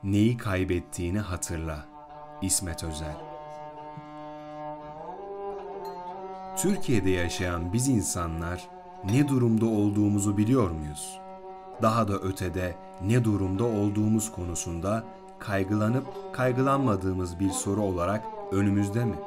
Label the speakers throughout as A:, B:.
A: Neyi kaybettiğini hatırla. İsmet Özel. Türkiye'de yaşayan biz insanlar ne durumda olduğumuzu biliyor muyuz? Daha da ötede ne durumda olduğumuz konusunda kaygılanıp kaygılanmadığımız bir soru olarak önümüzde mi?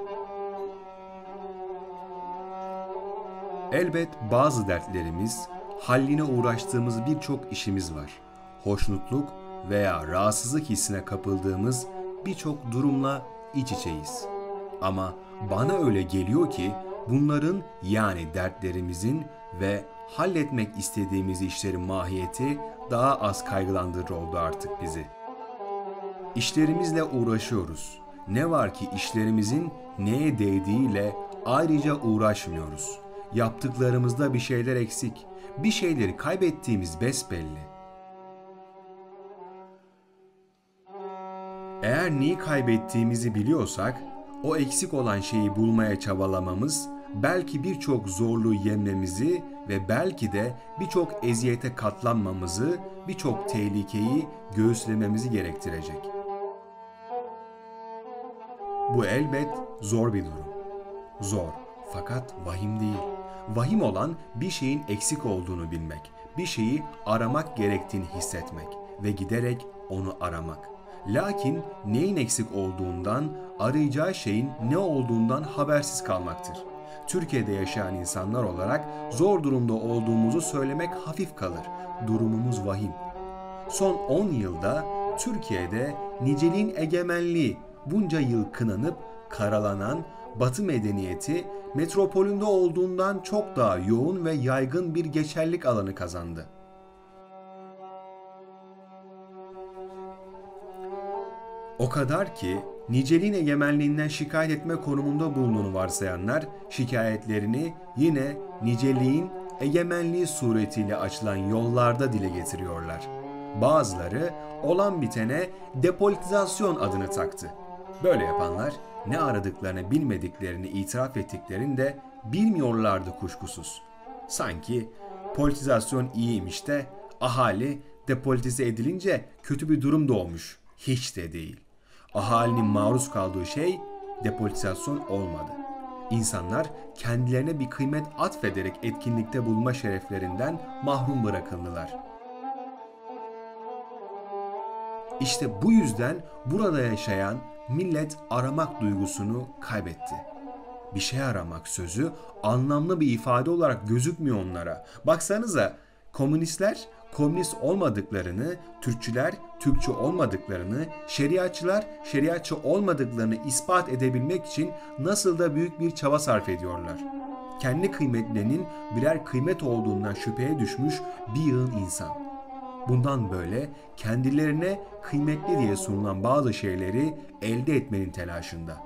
A: Elbet bazı dertlerimiz, halline uğraştığımız birçok işimiz var. Hoşnutluk veya rahatsızlık hissine kapıldığımız birçok durumla iç içeyiz. Ama bana öyle geliyor ki bunların yani dertlerimizin ve halletmek istediğimiz işlerin mahiyeti daha az kaygılandırır oldu artık bizi. İşlerimizle uğraşıyoruz. Ne var ki işlerimizin neye değdiğiyle ayrıca uğraşmıyoruz. Yaptıklarımızda bir şeyler eksik, bir şeyleri kaybettiğimiz besbelli. Eğer neyi kaybettiğimizi biliyorsak, o eksik olan şeyi bulmaya çabalamamız, belki birçok zorluğu yenmemizi ve belki de birçok eziyete katlanmamızı, birçok tehlikeyi göğüslememizi gerektirecek. Bu elbet zor bir durum. Zor, fakat vahim değil. Vahim olan bir şeyin eksik olduğunu bilmek, bir şeyi aramak gerektiğini hissetmek ve giderek onu aramak. Lakin neyin eksik olduğundan, arayacağı şeyin ne olduğundan habersiz kalmaktır. Türkiye'de yaşayan insanlar olarak zor durumda olduğumuzu söylemek hafif kalır. Durumumuz vahim. Son 10 yılda Türkiye'de niceliğin egemenliği bunca yıl kınanıp karalanan Batı medeniyeti metropolünde olduğundan çok daha yoğun ve yaygın bir geçerlilik alanı kazandı. O kadar ki niceliğin egemenliğinden şikayet etme konumunda bulunduğunu varsayanlar şikayetlerini yine niceliğin egemenliği suretiyle açılan yollarda dile getiriyorlar. Bazıları olan bitene depolitizasyon adını taktı. Böyle yapanlar ne aradıklarını bilmediklerini itiraf ettiklerinde bilmiyorlardı kuşkusuz. Sanki politizasyon iyiymiş de ahali depolitize edilince kötü bir durum doğmuş. Hiç de değil. Ahalinin maruz kaldığı şey depolitizasyon olmadı. İnsanlar kendilerine bir kıymet atfederek etkinlikte bulunma şereflerinden mahrum bırakıldılar. İşte bu yüzden burada yaşayan millet aramak duygusunu kaybetti. Bir şey aramak sözü anlamlı bir ifade olarak gözükmüyor onlara. Baksanıza komünistler komünist olmadıklarını, Türkçüler Türkçü olmadıklarını, şeriatçılar şeriatçı olmadıklarını ispat edebilmek için nasıl da büyük bir çaba sarf ediyorlar. Kendi kıymetlerinin birer kıymet olduğundan şüpheye düşmüş bir yığın insan. Bundan böyle kendilerine kıymetli diye sunulan bazı şeyleri elde etmenin telaşında.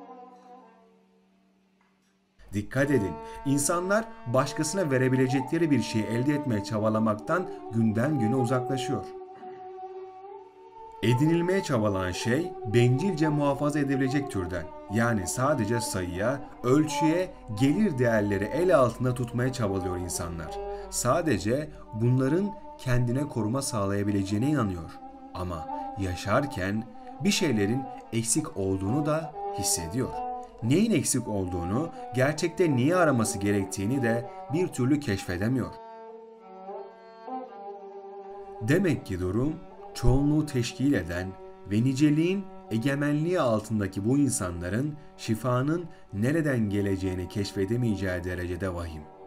A: Dikkat edin, insanlar başkasına verebilecekleri bir şeyi elde etmeye çabalamaktan günden güne uzaklaşıyor. Edinilmeye çabalanan şey bencilce muhafaza edilebilecek türden. Yani sadece sayıya, ölçüye, gelir değerleri el altında tutmaya çabalıyor insanlar. Sadece bunların kendine koruma sağlayabileceğine inanıyor. Ama yaşarken bir şeylerin eksik olduğunu da hissediyor. Neyin eksik olduğunu, gerçekte neyi araması gerektiğini de bir türlü keşfedemiyor. Demek ki durum, çoğunluğu teşkil eden ve niceliğin egemenliği altındaki bu insanların şifanın nereden geleceğini keşfedemeyeceği derecede vahim.